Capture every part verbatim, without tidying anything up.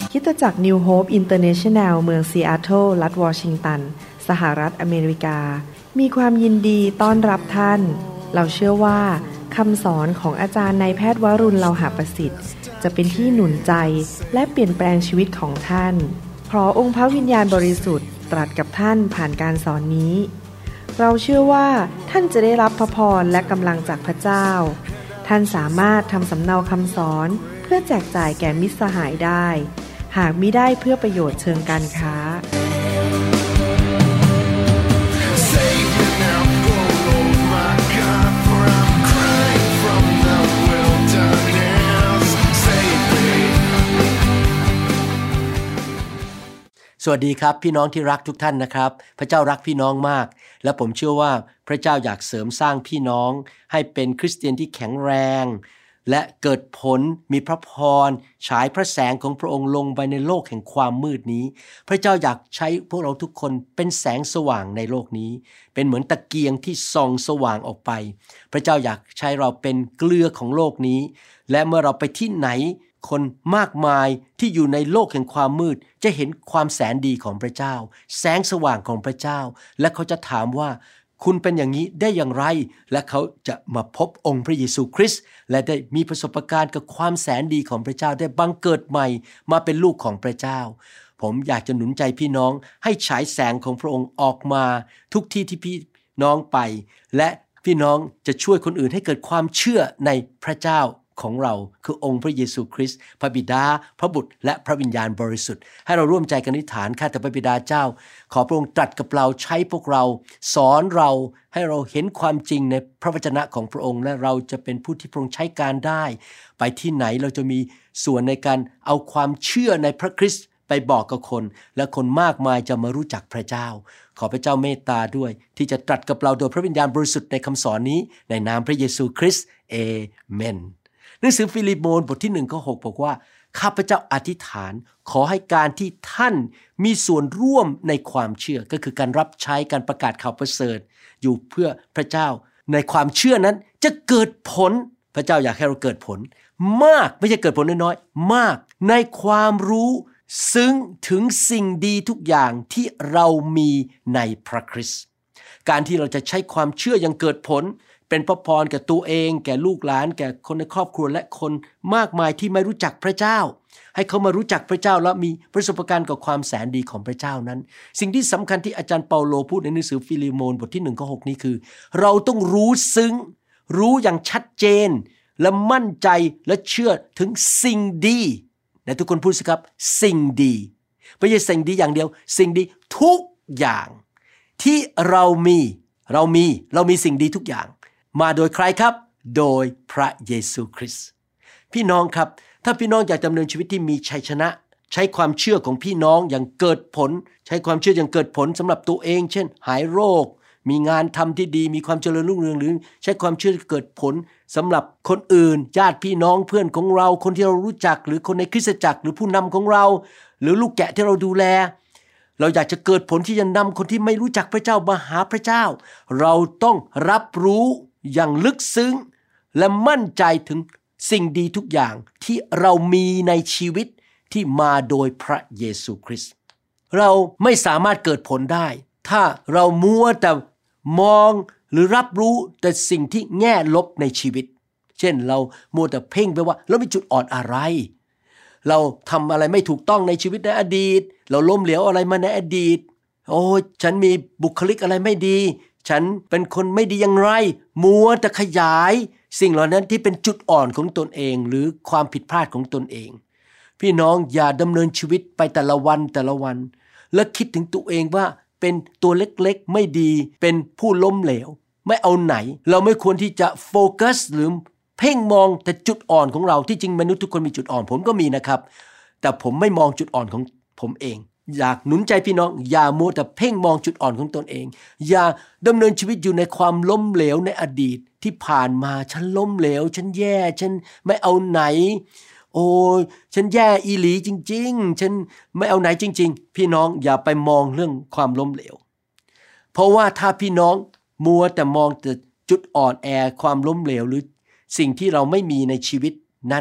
คริสตจักร New Hope International เมืองซีแอตเทิลรัฐวอชิงตันสหรัฐอเมริกามีความยินดีต้อนรับท่านเราเชื่อว่าคำสอนของอาจารย์นายแพทย์วรุณ เลาหะประสิทธิ์จะเป็นที่หนุนใจและเปลี่ยนแปลงชีวิตของท่านเพราะองค์พระวิญญาณบริสุทธิ์ตรัสกับท่านผ่านการสอนนี้เราเชื่อว่าท่านจะได้รับพระพรและกำลังจากพระเจ้าท่านสามารถทำสำเนาคำสอนเพื่อแจกจ่ายแก่มิตรสหายได้หากมิได้เพื่อประโยชน์เชิงการค้าสวัสดีครับพี่น้องที่รักทุกท่านนะครับพระเจ้ารักพี่น้องมากและผมเชื่อว่าพระเจ้าอยากเสริมสร้างพี่น้องให้เป็นคริสเตียนที่แข็งแรงและเกิดผลมีพระพรฉายพระแสงของพระองค์ลงไปในโลกแห่งความมืดนี้พระเจ้าอยากใช้พวกเราทุกคนเป็นแสงสว่างในโลกนี้เป็นเหมือนตะเกียงที่ส่องสว่างออกไปพระเจ้าอยากใช้เราเป็นเกลือของโลกนี้และเมื่อเราไปที่ไหนคนมากมายที่อยู่ในโลกแห่งความมืดจะเห็นความแสนดีของพระเจ้าแสงสว่างของพระเจ้าและเขาจะถามว่าคุณเป็นอย่างนี้ได้อย่างไรและเขาจะมาพบองค์พระเยซูคริสต์และได้มีประสบการณ์กับความแสนดีของพระเจ้าได้บังเกิดใหม่มาเป็นลูกของพระเจ้าผมอยากจะหนุนใจพี่น้องให้ฉายแสงของพระองค์ออกมาทุกที่ที่พี่น้องไปและพี่น้องจะช่วยคนอื่นให้เกิดความเชื่อในพระเจ้าของเราคือองค์พระเยซูคริสต์พระบิดาพระบุตรและพระวิญญาณบริสุทธิ์ให้เราร่วมใจกันอธิษฐานข้าแต่พระบิดาเจ้าขอพระองค์ตรัสกับเราใช้พวกเราสอนเราให้เราเห็นความจริงในพระวจนะของพระองค์และเราจะเป็นผู้ที่พระองค์ใช้การได้ไปที่ไหนเราจะมีส่วนในการเอาความเชื่อในพระคริสต์ไปบอกกับคนและคนมากมายจะมารู้จักพระเจ้าขอพระเจ้าเมตตาด้วยที่จะตรัสกับเราโดยพระวิญญาณบริสุทธิ์ในคำสอนนี้ในนามพระเยซูคริสต์เอเมนหนังสือฟิลิปโปนบทที่หนึ่งข้อหกบอกว่าข้าพเจ้าอธิษฐานขอให้การที่ท่านมีส่วนร่วมในความเชื่อก็คือการรับใช้การประกาศข่าวประเสริฐอยู่เพื่อพระเจ้าในความเชื่อนั้นจะเกิดผลพระเจ้าอยากให้เราเกิดผลมากไม่ใช่เกิดผลน้อยๆมากในความรู้ซึ้งถึงสิ่งดีทุกอย่างที่เรามีในพระคริสต์การที่เราจะใช้ความเชื่ออย่างเกิดผลเป็นพระพรแก่ตัวเองแก่ลูกหลานแก่คนในครอบครัวและคนมากมายที่ไม่รู้จักพระเจ้าให้เขามารู้จักพระเจ้าและมีประสบการณ์กับความแสนดีของพระเจ้านั้นสิ่งที่สำคัญที่อาจารย์เปาโลพูดในหนังสือฟิลิปโปนบทที่หนึ่งข้อหกนี้คือเราต้องรู้ซึ้งรู้อย่างชัดเจนและมั่นใจและเชื่อถึงสิ่งดีและทุกคนพูดสิครับสิ่งดีไม่ใช่สิ่งดีอย่างเดียวสิ่งดีทุกอย่างที่เรามีเรามีเรามีสิ่งดีทุกอย่างมาโดยใครครับโดยพระเยซูคริสต์พี่น้องครับถ้าพี่น้องอยากดำเนินชีวิตที่มีชัยชนะใช้ความเชื่อของพี่น้องอย่างเกิดผลใช้ความเชื่ออย่างเกิดผลสำหรับตัวเองเช่นหายโรคมีงานทำที่ดีมีความเจริญรุ่งเรืองหรือใช้ความเชื่อเกิดผลสำหรับคนอื่นญาติพี่น้องเพื่อนของเราคนที่เรารู้จักหรือคนในคริสตจักรหรือผู้นำของเราหรือลูกแกะที่เราดูแลเราอยากจะเกิดผลที่จะนำคนที่ไม่รู้จักพระเจ้ามาหาพระเจ้าเราต้องรับรู้อย่างลึกซึ้งและมั่นใจถึงสิ่งดีทุกอย่างที่เรามีในชีวิตที่มาโดยพระเยซูคริสต์เราไม่สามารถเกิดผลได้ถ้าเรามัวแต่มองหรือรับรู้แต่สิ่งที่แง่ลบในชีวิตเช่นเรามัวแต่เพ่งไปว่าเรามีจุดอ่อนอะไรเราทำอะไรไม่ถูกต้องในชีวิตในอดีตเราล้มเหลวอะไรมาในอดีตโอ้ฉันมีบุคลิกอะไรไม่ดีฉันเป็นคนไม่ดีอย่างไรมัวแต่ขยายสิ่งเหล่านั้นที่เป็นจุดอ่อนของตนเองหรือความผิดพลาดของตนเองพี่น้องอย่าดำเนินชีวิตไปแต่ละวันแต่ละวันและคิดถึงตัวเองว่าเป็นตัวเล็กๆไม่ดีเป็นผู้ล้มเหลวไม่เอาไหนเราไม่ควรที่จะโฟกัสหรือเพ่งมองแต่จุดอ่อนของเราที่จริงมนุษย์ทุกคนมีจุดอ่อนผมก็มีนะครับแต่ผมไม่มองจุดอ่อนของผมเองอยากหนุนใจพี่น้องอย่ามัวแต่เพ่งมองจุดอ่อนของตนเองอย่าดำเนินชีวิตอยู่ในความล้มเหลวในอดีตที่ผ่านมาฉันล้มเหลวฉันแย่ฉันไม่เอาไหนโอ้ฉันแย่อีหลีจริงๆฉันไม่เอาไหนจริงๆพี่น้องอย่าไปมองเรื่องความล้มเหลวเพราะว่าถ้าพี่น้องมัวแต่มองแต่จุดอ่อนแอความล้มเหลวหรือสิ่งที่เราไม่มีในชีวิตนั้น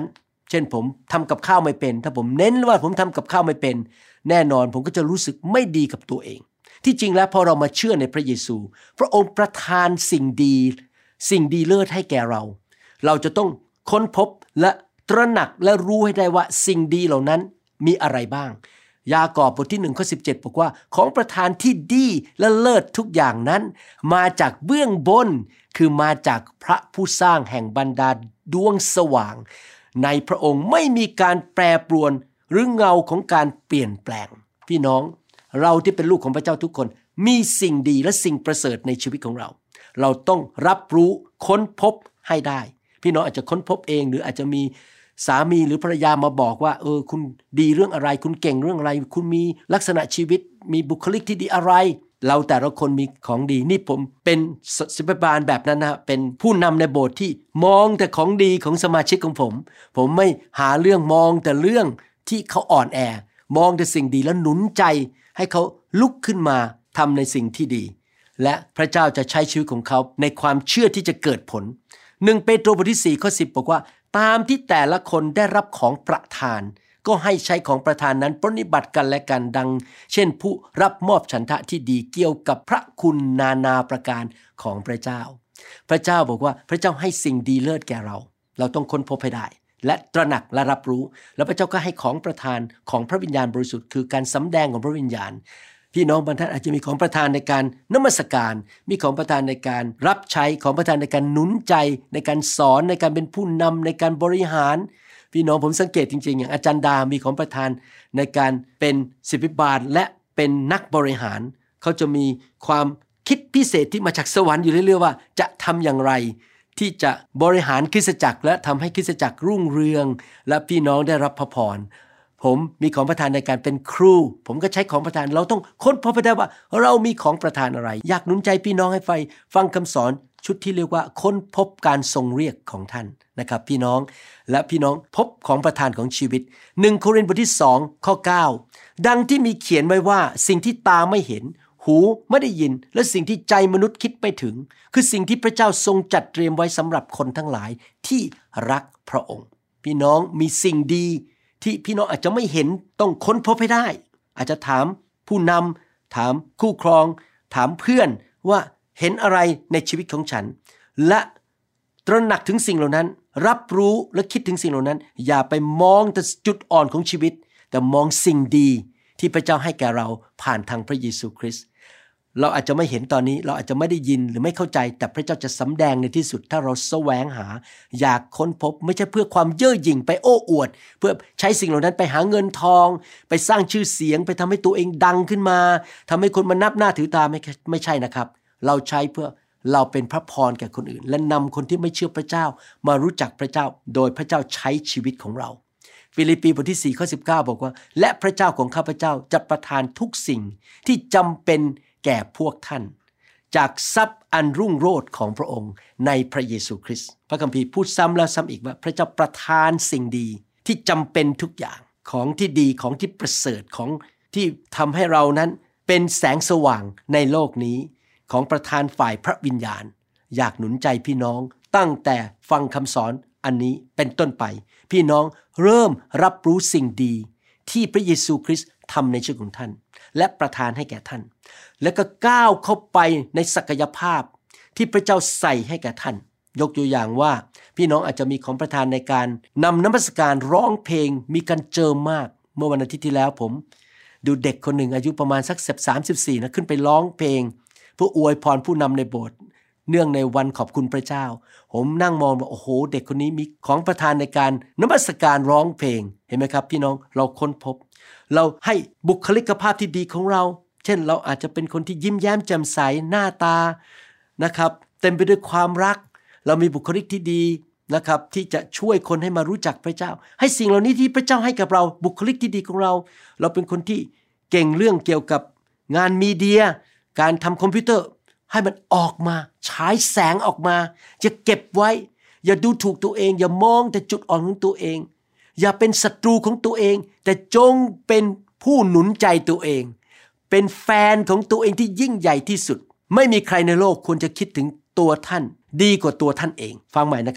เช่นผมทำกับข้าวไม่เป็นถ้าผมเน้นว่าผมทำกับข้าวไม่เป็นแน่นอนผมก็จะรู้สึกไม่ดีกับตัวเองที่จริงแล้วพอเรามาเชื่อในพระเยซูพระองค์ประทานสิ่งดีสิ่งดีเลิศให้แก่เราเราจะต้องค้นพบและตระหนักและรู้ให้ได้ว่าสิ่งดีเหล่านั้นมีอะไรบ้างยากอบบทที่หนึ่งข้อสิบเจ็ดบอกว่าของประทานที่ดีและเลิศทุกอย่างนั้นมาจากเบื้องบนคือมาจากพระผู้สร้างแห่งบรรดาดวงสว่างในพระองค์ไม่มีการแปรปรวนหรือเงาของการเปลี่ยนแปลงพี่น้องเราที่เป็นลูกของพระเจ้าทุกคนมีสิ่งดีและสิ่งประเสริฐในชีวิตของเราเราต้องรับรู้ค้นพบให้ได้พี่น้องอาจจะค้นพบเองหรืออาจจะมีสามีหรือภรรยามาบอกว่าเออคุณดีเรื่องอะไรคุณเก่งเรื่องอะไรคุณมีลักษณะชีวิตมีบุคลิกที่ดีอะไรเราแต่ละคนมีของดีนี่ผมเป็นศิษยาบาลแบบนั้นนะเป็นผู้นำในโบสถ์ที่มองแต่ของดีของสมาชิกของผมผมไม่หาเรื่องมองแต่เรื่องที่เขาอ่อนแอมองแต่สิ่งดีแล้วหนุนใจให้เขาลุกขึ้นมาทำในสิ่งที่ดีและพระเจ้าจะใช้ชีวิตของเขาในความเชื่อที่จะเกิดผลหนึ่งเปโตรบทที่สี่ข้อสิบบอกว่าตามที่แต่ละคนได้รับของประทานก็ให้ใช้ของประทานนั้นปฏิบัติกันและกันดังเช่นผู้รับมอบฉันทะที่ดีเกี่ยวกับพระคุณนานาประการของพระเจ้าพระเจ้าบอกว่าพระเจ้าให้สิ่งดีเลิศแก่เราเราต้องค้นพบให้ได้และตระหนักและรับรู้แล้วพระเจ้าก็ให้ของประทานของพระวิญญาณบริสุทธิ์คือการสำแดงของพระวิญญาณพี่น้องบางท่านอาจจะมีของประทานในการนมัสการมีของประทานในการรับใช้ของประทานในการหนุนใจในการสอนในการเป็นผู้นำในการบริหารพี่น้องผมสังเกตจริงๆอย่างอาจารย์ดามีของประทานในการเป็นศิษยาบาลและเป็นนักบริหารเขาจะมีความคิดพิเศษที่มาจากสวรรค์อยู่เรื่อยๆว่าจะทำอย่างไรที่จะบริหารคริสตจักรและทำให้คริสตจักรรุ่งเรืองและพี่น้องได้รับพระพรผมมีของประทานในการเป็นครูผมก็ใช้ของประทานเราต้องค้นพบไปได้ว่าเรามีของประทานอะไรอยากหนุนใจพี่น้องให้ไฟฟังคำสอนชุดที่เรียกว่าค้นพบการทรงเรียกของท่านนะครับพี่น้องและพี่น้องพบของประทานของชีวิตหนึ่งโครินธ์บทที่สองข้อเก้าดังที่มีเขียนไว้ว่าสิ่งที่ตาไม่เห็นหูไม่ได้ยินและสิ่งที่ใจมนุษย์คิดไม่ถึงคือสิ่งที่พระเจ้าทรงจัดเตรียมไว้สำหรับคนทั้งหลายที่รักพระองค์พี่น้องมีสิ่งดีที่พี่น้องอาจจะไม่เห็นต้องค้นพบให้ได้อาจจะถามผู้นำถามคู่ครองถามเพื่อนว่าเห็นอะไรในชีวิตของฉันและตระหนักถึงสิ่งเหล่านั้นรับรู้และคิดถึงสิ่งเหล่านั้นอย่าไปมองแต่จุดอ่อนของชีวิตแต่มองสิ่งดีที่พระเจ้าให้แก่เราผ่านทางพระเยซูคริสต์เราอาจจะไม่เห็นตอนนี้เราอาจจะไม่ได้ยินหรือไม่เข้าใจแต่พระเจ้าจะสำแดงในที่สุดถ้าเราแสวงหาอยากค้นพบไม่ใช่เพื่อความเย่อหยิ่งไปโอ้อวดเพื่อใช้สิ่งเหล่านั้นไปหาเงินทองไปสร้างชื่อเสียงไปทำให้ตัวเองดังขึ้นมาทำให้คนมานับหน้าถือตาไม่ไม่ใช่นะครับเราใช้เพื่อเราเป็นพระพรแก่คนอื่นและนำคนที่ไม่เชื่อพระเจ้ามารู้จักพระเจ้าโดยพระเจ้าใช้ชีวิตของเราฟิลิปปีบทที่สี่ข้อสิบเก้าบอกว่าและพระเจ้าของข้าพเจ้าจะประทานทุกสิ่งที่จำเป็นแก่พวกท่านจากทรัพย์อันรุ่งโรจน์ของพระองค์ในพระเยซูคริสต์พระคัมภีร์พูดซ้ำแล้วซ้ำอีกว่าพระเจ้าประทานสิ่งดีที่จำเป็นทุกอย่างของที่ดีของที่ประเสริฐของที่ทำให้เรานั้นเป็นแสงสว่างในโลกนี้ของประทานฝ่ายพระวิญญาณอยากหนุนใจพี่น้องตั้งแต่ฟังคำสอนอันนี้เป็นต้นไปพี่น้องเริ่มรับรู้สิ่งดีที่พระเยซูคริสต์ทำในชีวิตของท่านและประทานให้แก่ท่านแล้วก็ก้าวเข้าไปในศักยภาพที่พระเจ้าใส่ให้แก่ท่านยกตัวอย่างว่าพี่น้องอาจจะมีของประทานในการนำนมัสการร้องเพลงมีการเจิมมากเมื่อวันอาทิตย์ที่แล้วผมดูเด็กคนหนึ่งอายุประมาณสักสามสิบสี่นะขึ้นไปร้องเพลงเพื่ออวยพรผู้นำในโบสถ์เนื่องในวันขอบคุณพระเจ้าผมนั่งมองว่าโอ้โหเด็กคนนี้มีของประทานในการนมัสการร้องเพลงเห็นไหมครับพี่น้องเราค้นพบเราให้บุคลิกภาพที่ดีของเราเช่นเราอาจจะเป็นคนที่ยิ้มแย้มแจ่มใสหน้าตานะครับเต็มไปด้วยความรักเรามีบุคลิกที่ดีนะครับที่จะช่วยคนให้มารู้จักพระเจ้าให้สิ่งเหล่านี้ที่พระเจ้าให้กับเราบุคลิกที่ดีของเราเราเป็นคนที่เก่งเรื่องเกี่ยวกับงานมีเดียการทำคอมพิวเตอร์ให้มันออกมาฉายแสงออกมาอย่าเก็บไว้อย่าดูถูกตัวเองอย่ามองแต่จุดอ่อนของตัวเองอย่าเป็นศัตรูของตัวเองแต่จงเป็นผู้หนุนใจตัวเองเป็นแฟนของตัวเองที่ยิ่งใหญ่ที่สุดไม่มีใครในโลกควรจะคิดถึงตัวท่านดีกว่าตัวท่านเองฟังใหม่นะครับ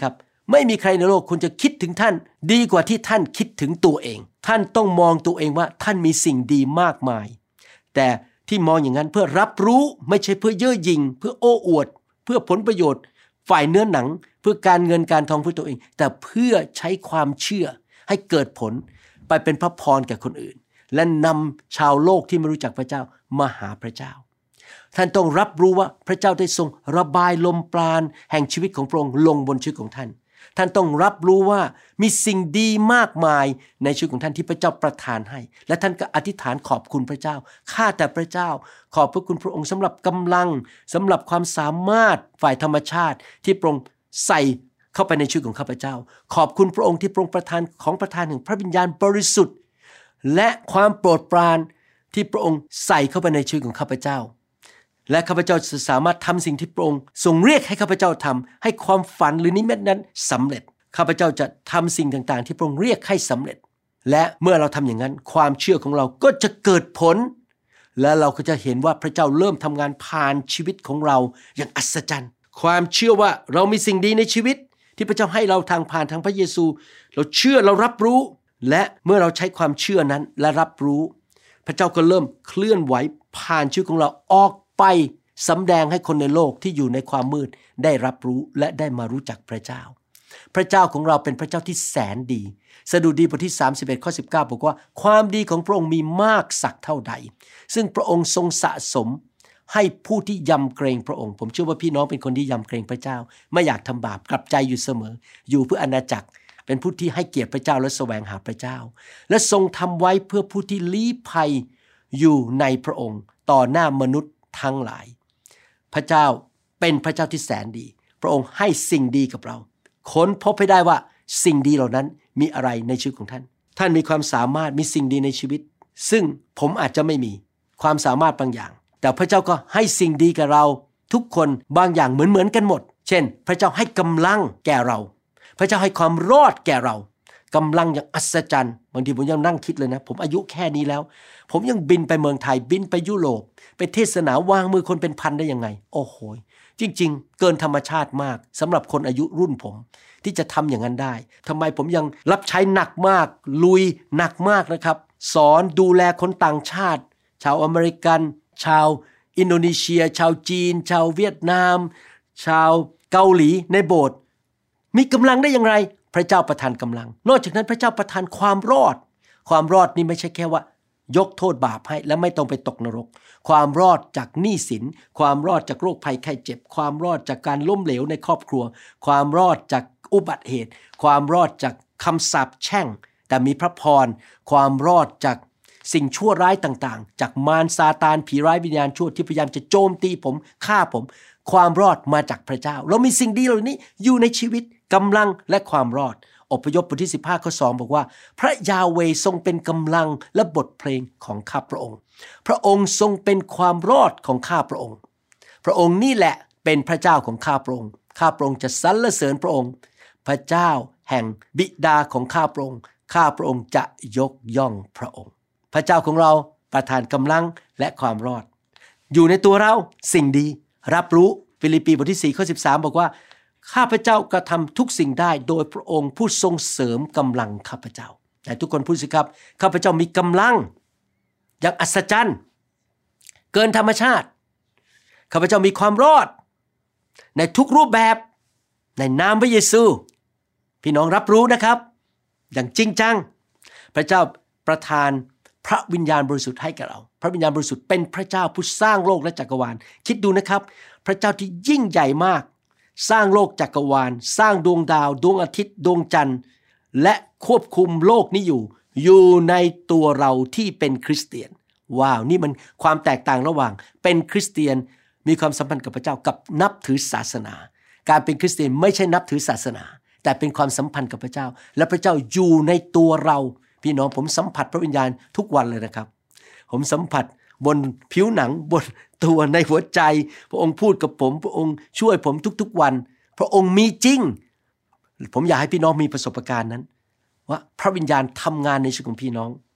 ไม่มีใครในโลกควรจะคิดถึงท่านดีกว่าที่ท่านคิดถึงตัวเองท่านต้องมองตัวเองว่าท่านมีสิ่งดีมากมายแต่ที่มองอย่างนั้นเพื่อรับรู้ไม่ใช่เพื่อเย่อหยิ่งเพื่อโอ้อวดเพื่อผลประโยชน์ฝ่ายเนื้อหนังเพื่อการเงินการทองเพื่อตัวเองแต่เพื่อใช้ความเชื่อให้เกิดผลไปเป็นพระพรแก่คนอื่นและนำชาวโลกที่ไม่รู้จักพระเจ้ามาหาพระเจ้าท่านต้องรับรู้ว่าพระเจ้าได้ทรงระบายลมปราณแห่งชีวิตของพระองค์ลงบนชีวิตของท่านท่านต้องรับรู้ว่ามีสิ่งดีมากมายในชีวิตของท่านที่พระเจ้าประทานให้และท่านก็อธิษฐานขอบคุณพระเจ้าข้าแต่พระเจ้าขอบพระคุณพระองค์สำหรับกำลังสำหรับความสามารถฝ่ายธรรมชาติที่พระองค์ใส่เข้าไปในชีวิตของข้าพเจ้าขอบคุณพระองค์ที่พระองค์ประทานของประทานแห่งพระวิญญาณบริสุทธิ์และความโปรดปรานที่พระองค์ใส่เข้าไปในชีวิตของข้าพเจ้าและข้าพเจ้าจะสามารถทำสิ่งที่พระองค์ทรงเรียกให้ข้าพเจ้าทำให้ความฝันหรือนิมิตนั้นสำเร็จข้าพเจ้าจะทำสิ่งต่างๆที่พระองค์เรียกให้สำเร็จและเมื่อเราทำอย่างนั้นความเชื่อของเราก็จะเกิดผลและเราก็จะเห็นว่าพระเจ้าเริ่มทำงานผ่านชีวิตของเราอย่างอัศจรรย์ความเชื่อว่าเรามีสิ่งดีในชีวิตที่พระเจ้าให้เราทางผ่านทางพระเยซูเราเชื่อเรารับรู้และเมื่อเราใช้ความเชื่อนั้นและรับรู้พระเจ้าก็เริ่มเคลื่อนไหวผ่านชีวิตของเราออกไปสำแดงให้คนในโลกที่อยู่ในความมืดได้รับรู้และได้มารู้จักพระเจ้าพระเจ้าของเราเป็นพระเจ้าที่แสนดีสดุดีบทที่สามสิบเอ็ดข้อสิบเก้าบอกว่าความดีของพระองค์มีมากสักเท่าใดซึ่งพระองค์ทรงสะสมให้ผู้ที่ยำเกรงพระองค์ผมเชื่อว่าพี่น้องเป็นคนที่ยำเกรงพระเจ้าไม่อยากทำบาปกลับใจอยู่เสมออยู่เพื่ออาณาจักรเป็นผู้ที่ให้เกียรติพระเจ้าและแสวงหาพระเจ้าและทรงทำไว้เพื่อผู้ที่ลี้ภัยอยู่ในพระองค์ต่อหน้ามนุษย์ทั้งหลายพระเจ้าเป็นพระเจ้าที่แสนดีพระองค์ให้สิ่งดีกับเราค้นพบให้ได้ว่าสิ่งดีเหล่านั้นมีอะไรในชีวิตของท่านท่านมีความสามารถมีสิ่งดีในชีวิตซึ่งผมอาจจะไม่มีความสามารถบางอย่างแต่พระเจ้าก็ให้สิ่งดีกับเราทุกคนบางอย่างเหมือนๆกันหมดเช่นพระเจ้าให้กำลังแก่เราพระเจ้าให้ความรอดแก่เรากำลังอย่างอัศจรรย์บางทีผมยังนั่งคิดเลยนะผมอายุแค่นี้แล้วผมยังบินไปเมืองไทยบินไปยุโรปไปเทศนาวางมือคนเป็นพันได้ยังไงโอ้โหจริงๆเกินธรรมชาติมากสำหรับคนอายุรุ่นผมที่จะทำอย่างนั้นได้ทำไมผมยังรับใช้หนักมากลุยหนักมากนะครับสอนดูแลคนต่างชาติชาวอเมริกันชาวอินโดนีเซียชาวจีนชาวเวียดนามชาวเกาหลีในโบสถ์มีกำลังได้อย่างไรพระเจ้าประทานกำลังนอกจากนั้นพระเจ้าประทานความรอดความรอดนี่ไม่ใช่แค่ว่ายกโทษบาปให้และไม่ต้องไปตกนรกความรอดจากหนี้สินความรอดจากโรคภัยไข้เจ็บความรอดจากการล้มเหลวในครอบครัวความรอดจากอุบัติเหตุความรอดจากคำสาปแช่งแต่มีพระพรความรอดจากสิ่งชั่วร้ายต่างๆจากมารซาตานผีร้ายวิญญาณชั่วที่พยายามจะโจมตีผมฆ่าผมความรอดมาจากพระเจ้าเรามีสิ่งดีเหล่านี้อยู่ในชีวิตกำลังและความรอดอพยพบทที่สิบห้าข้อสองบอกว่าพระยาเวห์ทรงเป็นกำลังและบทเพลงของข้าพระองค์พระองค์ทรงเป็นความรอดของข้าพระองค์พระองค์นี่แหละเป็นพระเจ้าของข้าพระองค์ข้าพระองค์จะสรรเสริญพระองค์พระเจ้าแห่งบิดาของข้าพระองค์ข้าพระองค์จะยกย่องพระองค์พระเจ้าของเราประทานกำลังและความรอดอยู่ในตัวเราสิ่งดีรับรู้ฟิลิปปีบทที่สี่ข้อสิบสามบอกว่าข้าพเจ้ากระทำทุกสิ่งได้โดยพระองค์ผู้ทรงเสริมกำลังข้าพเจ้าแต่ทุกคนพูดสิครับข้าพเจ้ามีกำลังอย่างอัศจรรย์เกินธรรมชาติข้าพเจ้ามีความรอดในทุกรูปแบบในนามพระเยซูพี่น้องรับรู้นะครับอย่างจริงจังพระเจ้าประทานพระวิญญาณบริสุทธิ์ให้กับเราพระวิญญาณบริสุทธิ์เป็นพระเจ้าผู้สร้างโลกและจักรวาลคิดดูนะครับพระเจ้าที่ยิ่งใหญ่มากสร้างโลกจักรวาลสร้างดวงดาวดวงอาทิตย์ดวงจันทร์และควบคุมโลกนี้อยู่อยู่ในตัวเราที่เป็นคริสเตียนว้าวนี่มันความแตกต่างระหว่างเป็นคริสเตียนมีความสัมพันธ์กับพระเจ้ากับนับถือศาสนาการเป็นคริสเตียนไม่ใช่นับถือศาสนาแต่เป็นความสัมพันธ์กับพระเจ้าและพระเจ้าอยู่ในตัวเราพี่น้องผมสัมผัสพระวิญญาณทุกวันเลยนะครับผมสัมผัสบนผิวหนังบนตัวในหัวใจพระองค์พูดกับผมพระองค์ช่วยผมทุกๆวันพระองค์มีจริงผมอยากให้พี่น้องมีประสบการณ์นั้นว่าพระวิญญาณทำงานในชีวิตของพี่น้อง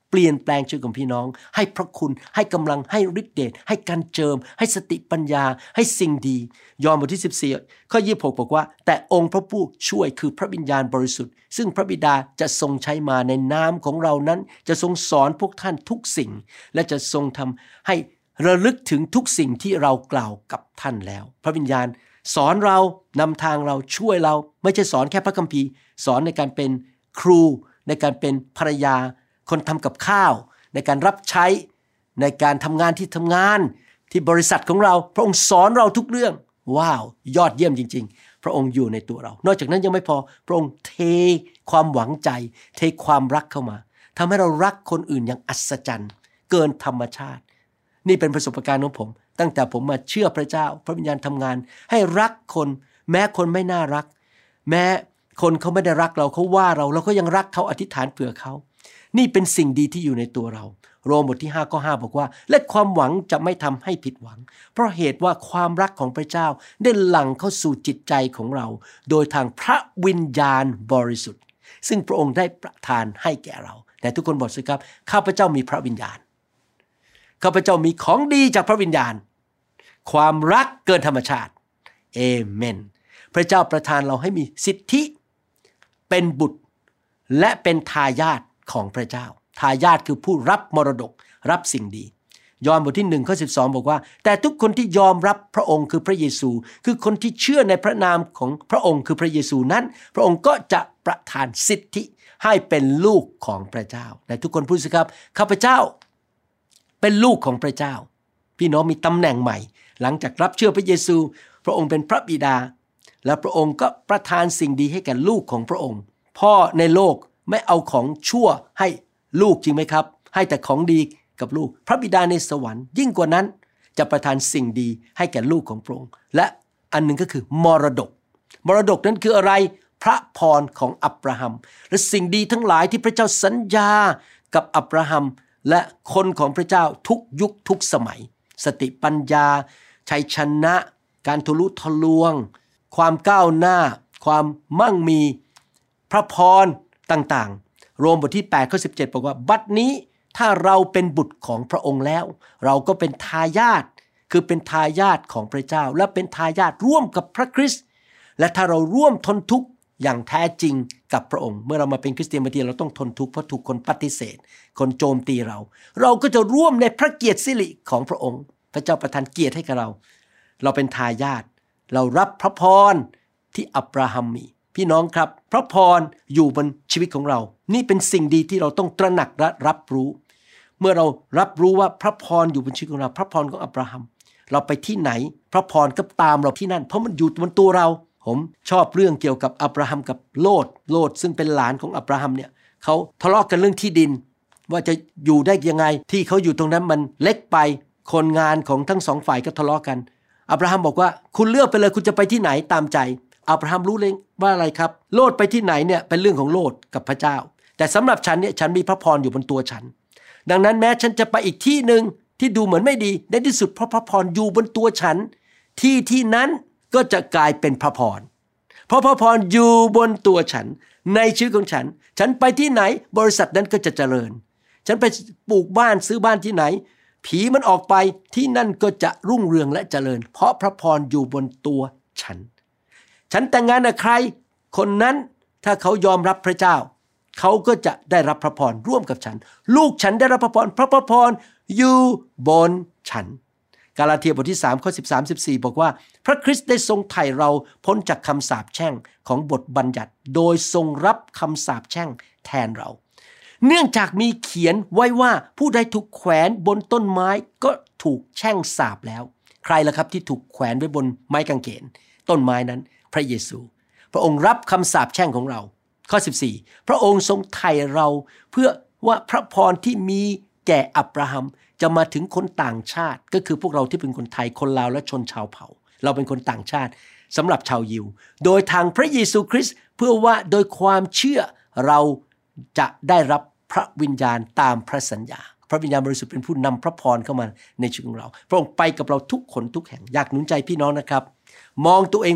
เปลี่ยนแปลงชีวิตของพี่น้องให้พระคุณให้กำลังให้ฤทธิ์เดชให้การเจิมให้สติปัญญาให้สิ่งดียอห์นบทที่สิบสี่ข้อยี่สิบหกบอกว่าแต่องค์พระผู้ช่วยคือพระวิญญาณบริสุทธิ์ซึ่งพระบิดาจะทรงใช้มาในนามของเรานั้นจะทรงสอนพวกท่านทุกสิ่งและจะทรงทำให้ระลึกถึงทุกสิ่งที่เรากล่าวกับท่านแล้วพระวิญญาณสอนเรานำทางเราช่วยเราไม่ใช่สอนแค่พระคัมภีร์สอนในการเป็นครูในการเป็นภรรยาคนทำกับข้าวในการรับใช้ในการทำงานที่ทำงานที่บริษัทของเราพระองค์สอนเราทุกเรื่องว้าวยอดเยี่ยมจริงๆพระองค์อยู่ในตัวเรานอกจากนั้นยังไม่พอพระองค์เทความหวังใจเทความรักเข้ามาทำให้เรารักคนอื่นอย่างอัศจรรย์เกินธรรมชาตินี่เป็นประสบการณ์ของผมตั้งแต่ผมมาเชื่อพระเจ้าพระวิญญาณทำงานให้รักคนแม้คนไม่น่ารักแม้คนเขาไม่ได้รักเราเขาว่าเราเราก็ยังรักเขาอธิษฐานเผื่อเขานี่เป็นสิ่งดีที่อยู่ในตัวเราโรมบทที่ห้าข้อห้าบอกว่าและความหวังจะไม่ทำให้ผิดหวังเพราะเหตุว่าความรักของพระเจ้าได้หลั่งเข้าสู่จิตใจของเราโดยทางพระวิญญาณบริสุทธิ์ซึ่งพระองค์ได้ประทานให้แก่เราแต่ทุกคนบอกสิครับข้าพเจ้ามีพระวิญญาณข้าพเจ้ามีของดีจากพระวิญญาณความรักเกินธรรมชาติเอเมนพระเจ้าประทานเราให้มีสิทธิเป็นบุตรและเป็นทายาทของพระเจ้าทายาทคือผู้รับมรดกรับสิ่งดียอห์นบทที่หนึ่งข้อสิบสองบอกว่าแต่ทุกคนที่ยอมรับพระองค์คือพระเยซูคือคนที่เชื่อในพระนามของพระองค์คือพระเยซูนั้นพระองค์ก็จะประทานสิทธิให้เป็นลูกของพระเจ้าและทุกคนพูดสิครับข้าพเจ้าเป็นลูกของพระเจ้าพี่น้องมีตำแหน่งใหม่หลังจากรับเชื่อพระเยซูพระองค์เป็นพระบิดาและพระองค์ก็ประทานสิ่งดีให้แก่ลูกของพระองค์พ่อในโลกไม่เอาของชั่วให้ลูกจริงไหมครับให้แต่ของดีกับลูกพระบิดาในสวรรค์ยิ่งกว่านั้นจะประทานสิ่งดีให้แก่ลูกของพระองค์และอันหนึ่งก็คือมรดกมรดกนั้นคืออะไรพระพรของอับราฮัมและสิ่งดีทั้งหลายที่พระเจ้าสัญญากับอับราฮัมและคนของพระเจ้าทุกยุคทุกสมัยสติปัญญาชัยชนะการทะลุทะลวงความก้าวหน้าความมั่งมีพระพรต่างๆโรมบทที่แปดข้อสิบเจ็ดบอกว่าบัดนี้ถ้าเราเป็นบุตรของพระองค์แล้วเราก็เป็นทายาทคือเป็นทายาทของพระเจ้าและเป็นทายาทร่วมกับพระคริสต์และถ้าเราร่วมทนทุกข์อย่างแท้จริงกับพระองค์เมื่อเรามาเป็นคริสเตียนบางทีเราต้องทนทุกข์เพราะถูกคนปฏิเสธคนโจมตีเราเราก็จะร่วมในพระเกียรติสิริของพระองค์พระเจ้าประทานเกียรติให้กับเราเราเป็นทายาทเรารับพระพรที่อับราฮัมมีพี่น้องครับพระพรอยู่บนชีวิตของเรานี่เป็นสิ่งดีที่เราต้องตระหนักและรับรู้เมื่อเรารับรู้ว่าพระพรอยู่บนชีวิตของเราพระพรของอับราฮัมเราไปที่ไหนพระพรก็ตามเราที่นั่นเพราะมันอยู่บนตัวเราผมชอบเรื่องเกี่ยวกับอับราฮัมกับโลดโลดซึ่งเป็นหลานของอับราฮัมเนี่ยเขาทะเลาะกันเรื่องที่ดินว่าจะอยู่ได้ยังไงที่เขาอยู่ตรงนั้นมันเล็กไปคนงานของทั้งสองฝ่ายก็ทะเลาะกันอับราฮัมบอกว่าคุณเลือกไปเลยคุณจะไปที่ไหนตามใจอับราฮัมรู้เลยว่าอะไรครับโลดไปที่ไหนเนี่ยเป็นเรื่องของโลดกับพระเจ้าแต่สำหรับฉันเนี่ยฉันมีพระพรอยู่บนตัวฉันดังนั้นแม้ฉันจะไปอีกที่นึงที่ดูเหมือนไม่ดีในที่สุดเพราะพระพรอยู่บนตัวฉันที่ที่นั้นก็จะกลายเป็นพระพรเพราะพระพรอยู่บนตัวฉันในชีวิตของฉันฉันไปที่ไหนบริษัทนั้นก็จะเจริญฉันไปปลูกบ้านซื้อบ้านที่ไหนผีมันออกไปที่นั่นก็จะรุ่งเรืองและเจริญเพราะพระพรอยู่บนตัวฉันฉันแต่งงานกับใครคนนั้นถ้าเขายอมรับพระเจ้าเขาก็จะได้รับพระพรร่วมกับฉันลูกฉันได้รับพระพรเพราะพระพรอยู่บนฉันกาลาเทียบทที่สามข้อสิบสาม สิบสี่บอกว่าพระคริสต์ได้ทรงไถ่เราพ้นจากคำสาปแช่งของบทบัญญัติโดยทรงรับคำสาปแช่งแทนเราเนื่องจากมีเขียนไว้ว่าผู้ใดถูกแขวนบนต้นไม้ก็ถูกแช่งสาปแล้วใครล่ะครับที่ถูกแขวนไว้บนไม้กางเขนต้นไม้นั้นพระเยซูพระองค์รับคำสาปแช่งของเราข้อสิบสี่พระองค์ทรงไถ่เราเพื่อว่าพระพรที่มีแก่อับราฮัมจะมาถึงคนต่างชาติก็คือพวกเราที่เป็นคนไทยคนลาวและชนชาวเผ่าเราเป็นคนต่างชาติสำหรับชาวยิวโดยทางพระเยซูคริสต์เพื่อว่าโดยความเชื่อเราจะได้รับพระวิญญาณตามพระสัญญาพระวิญญาณบริสุทธิ์เป็นผู้นำพระพรเข้ามาในชีวิตของเราพระองค์ไปกับเราทุกคนทุกแห่งอยากหนุนใจพี่น้องนะครับมองตัวเองว่า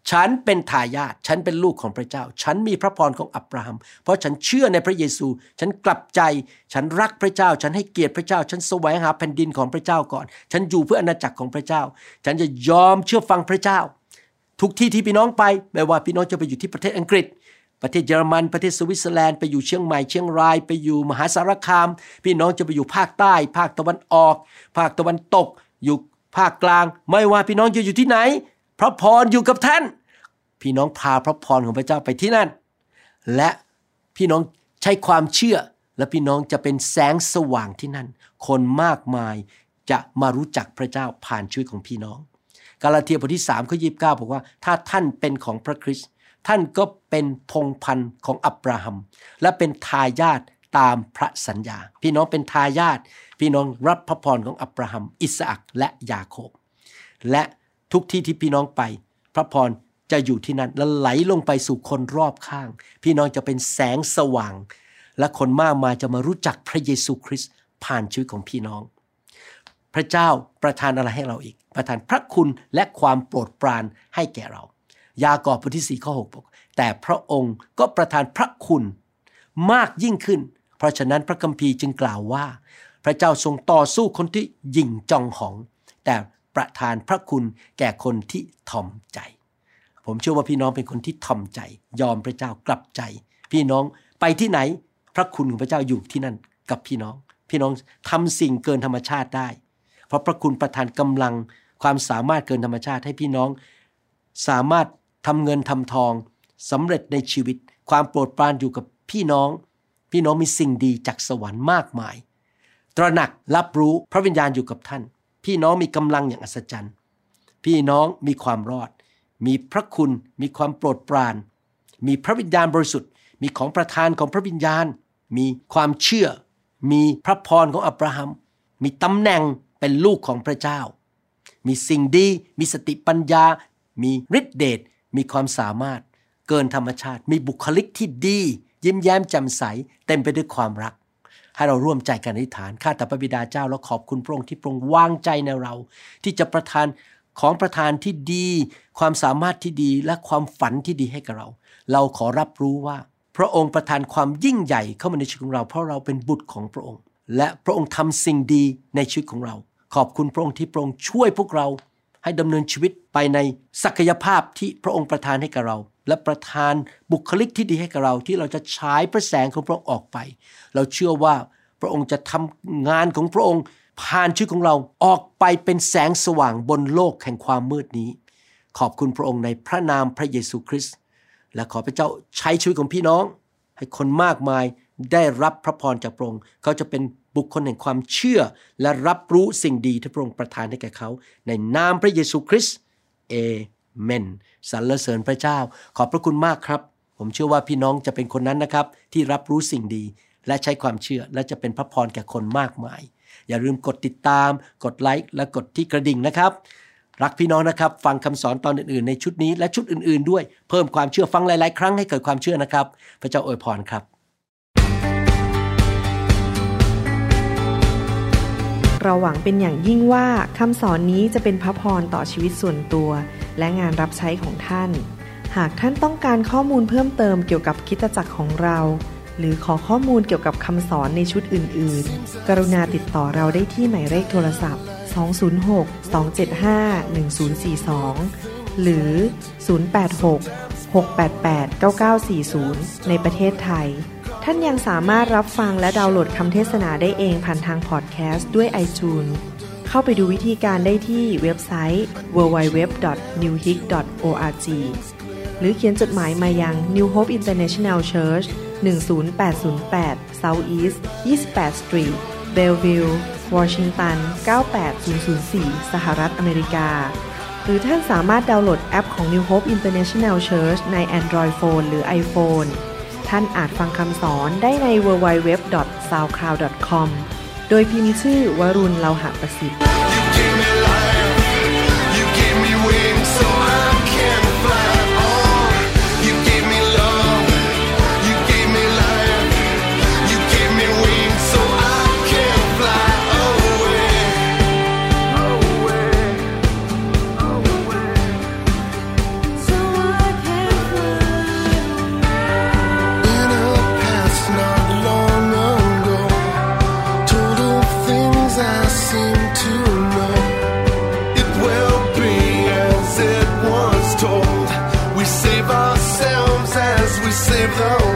ฉันเป็นทายาทฉันเป็นลูกของพระเจ้าฉันมีพระพรของอับราฮัมเพราะฉันเชื่อในพระเยซูฉันกลับใจฉันรักพระเจ้าฉันให้เกียรติพระเจ้าฉันแสวงหาแผ่นดินของพระเจ้าก่อนฉันอยู่เพื่ออาณาจักรของพระเจ้าฉันจะยอมเชื่อฟังพระเจ้าทุกที่ที่พี่น้องไปไม่ว่าพี่น้องจะไปอยู่ที่ประเทศอังกฤษประเทศเยอรมันประเทศสวิตเซอร์แลนด์ไปอยู่เชียงใหม่เชียงรายไปอยู่มหาสารคามพี่น้องจะไปอยู่ภาคใต้ภาคตะวันออกภาคตะวันตกอยู่ภาคกลางไม่ว่าพี่น้องจะอยู่ที่ไหนพระพรอยู่กับท่านพี่น้องพาพระพรของพระเจ้าไปที่นั่นและพี่น้องใช้ความเชื่อและพี่น้องจะเป็นแสงสว่างที่นั่นคนมากมายจะมารู้จักพระเจ้าผ่านชีวิตของพี่น้องกาลาเทียบทที่สามข้อยี่สิบเก้าบอกว่าถ้าท่านเป็นของพระคริสต์ท่านก็เป็นพงศ์พันธุ์ของอับราฮัมและเป็นทายาทตามพระสัญญาพี่น้องเป็นทายาทพี่น้องรับพระพรของอับราฮัมอิสอัคและยาโคบและทุกที่ที่พี่น้องไปพระพรจะอยู่ที่นั่นและไหลลงไปสู่คนรอบข้างพี่น้องจะเป็นแสงสว่างและคนมากมายจะมารู้จักพระเยซูคริสต์ผ่านชีวิตของพี่น้องพระเจ้าประทานอะไรให้เราอีกประทานพระคุณและความโปรดปรานให้แก่เรายากอบบทที่สี่ข้อหกบอกแต่พระองค์ก็ประทานพระคุณมากยิ่งขึ้นเพราะฉะนั้นพระคัมภีร์จึงกล่าวว่าพระเจ้าทรงต่อสู้คนที่หยิ่งจองหองแต่ประทานพระคุณแก่คนที่ถ่อมใจผมเชื่อว่าพี่น้องเป็นคนที่ถ่อมใจยอมพระเจ้ากลับใจพี่น้องไปที่ไหนพระคุณของพระเจ้าอยู่ที่นั่นกับพี่น้องพี่น้องทำสิ่งเกินธรรมชาติได้เพราะพระคุณประทานกำลังความสามารถเกินธรรมชาติให้พี่น้องสามารถทำเงินทำทองสำเร็จในชีวิตความโปรดปรานอยู่กับพี่น้องพี่น้องมีสิ่งดีจากสวรรค์มากมายตระหนักรับรู้พระวิญญาณอยู่กับท่านพี่น้องมีกำลังอย่างอัศจรรย์พี่น้องมีความรอดมีพระคุณมีความโปรดปรานมีพระวิญญาณบริสุทธิ์มีของประทานของพระวิญญาณมีความเชื่อมีพระพรของอับราฮัมมีตำแหน่งเป็นลูกของพระเจ้ามีสิ่งดีมีสติปัญญามีฤทธิเดชมีความสามารถเกินธรรมชาติมีบุคลิกที่ดียิ้มแย้มแจ่มใสเต็มไปด้วยความรักให้เราร่วมใจกันอธิษฐานข้าแต่พระบิดาเจ้าและขอบคุณพระองค์ที่พระองค์วางใจในเราที่จะประทานของประทานที่ดีความสามารถที่ดีและความฝันที่ดีให้กับเราเราขอรับรู้ว่าพระองค์ประทานความยิ่งใหญ่เข้ามาในชีวิตของเราเพราะเราเป็นบุตรของพระองค์และพระองค์ทำสิ่งดีในชีวิตของเราขอบคุณพระองค์ที่พระองค์ช่วยพวกเราให้ดำเนินชีวิตไปในศักยภาพที่พระองค์ประทานให้กับเราและประทานบุคลิกที่ดีให้กับเราที่เราจะฉายพระแสงของพระองค์ออกไปเราเชื่อว่าพระองค์จะทำงานของพระองค์ผ่านชีวิตของเราออกไปเป็นแสงสว่างบนโลกแห่งความมืดนี้ขอบคุณพระองค์ในพระนามพระเยซูคริสต์และขอพระเจ้าใช้ชีวิตของพี่น้องให้คนมากมายได้รับพระพรจากพระองค์เขาจะเป็นบุคคลแห่งความเชื่อและรับรู้สิ่งดีที่พระองค์ประทานให้แก่เขาในนามพระเยซูคริสต์เอเมนสรรเสริญพระเจ้าขอบพระคุณมากครับผมเชื่อว่าพี่น้องจะเป็นคนนั้นนะครับที่รับรู้สิ่งดีและใช้ความเชื่อและจะเป็นพระพรแก่คนมากมายอย่าลืมกดติดตามกดไลค์และกดที่กระดิ่งนะครับรักพี่น้องนะครับฟังคำสอนตอนอื่นๆในชุดนี้และชุดอื่นๆด้วยเพิ่มความเชื่อฟังหลายๆครั้งให้เกิดความเชื่อนะครับพระเจ้าอวยพรครับเราหวังเป็นอย่างยิ่งว่าคำสอนนี้จะเป็นพระพรต่อชีวิตส่วนตัวและงานรับใช้ของท่านหากท่านต้องการข้อมูลเพิ่มเติมเกี่ยวกับคริสตจักรของเราหรือขอข้อมูลเกี่ยวกับคำสอนในชุดอื่นๆกรุณาติดต่อเราได้ที่หมายเลขโทรศัพท์สอง ศูนย์ หก สอง เจ็ด ห้า หนึ่ง ศูนย์ สี่ สองหรือศูนย์ แปด หก หก แปด แปด เก้า เก้า สี่ ศูนย์ในประเทศไทยท่านยังสามารถรับฟังและดาวน์โหลดคำเทศนาได้เองผ่านทางพอดแคสต์ด้วย iTunes เข้าไปดูวิธีการได้ที่เว็บไซต์ ดับเบิลยู ดับเบิลยู ดับเบิลยู ดอท นิว โฮป ดอท โอ อาร์ จี หรือเขียนจดหมายมายัง New Hope International Church หนึ่ง ศูนย์ แปด ศูนย์ แปด South East ยี่สิบแปด Street Bellevue Washington เก้า แปด ศูนย์ ศูนย์ สี่ สหรัฐอเมริกาหรือท่านสามารถดาวน์โหลดแอปของ New Hope International Church ใน Android Phone หรือ iPhone ท่านอาจฟังคำสอนได้ใน ดับเบิลยู ดับเบิลยู ดับเบิลยู ดอท ซาวด์คลาวด์ ดอท คอม โดยพิมพ์ชื่อวรุณ เลาหะประสิทธิ์ ourselves as we save the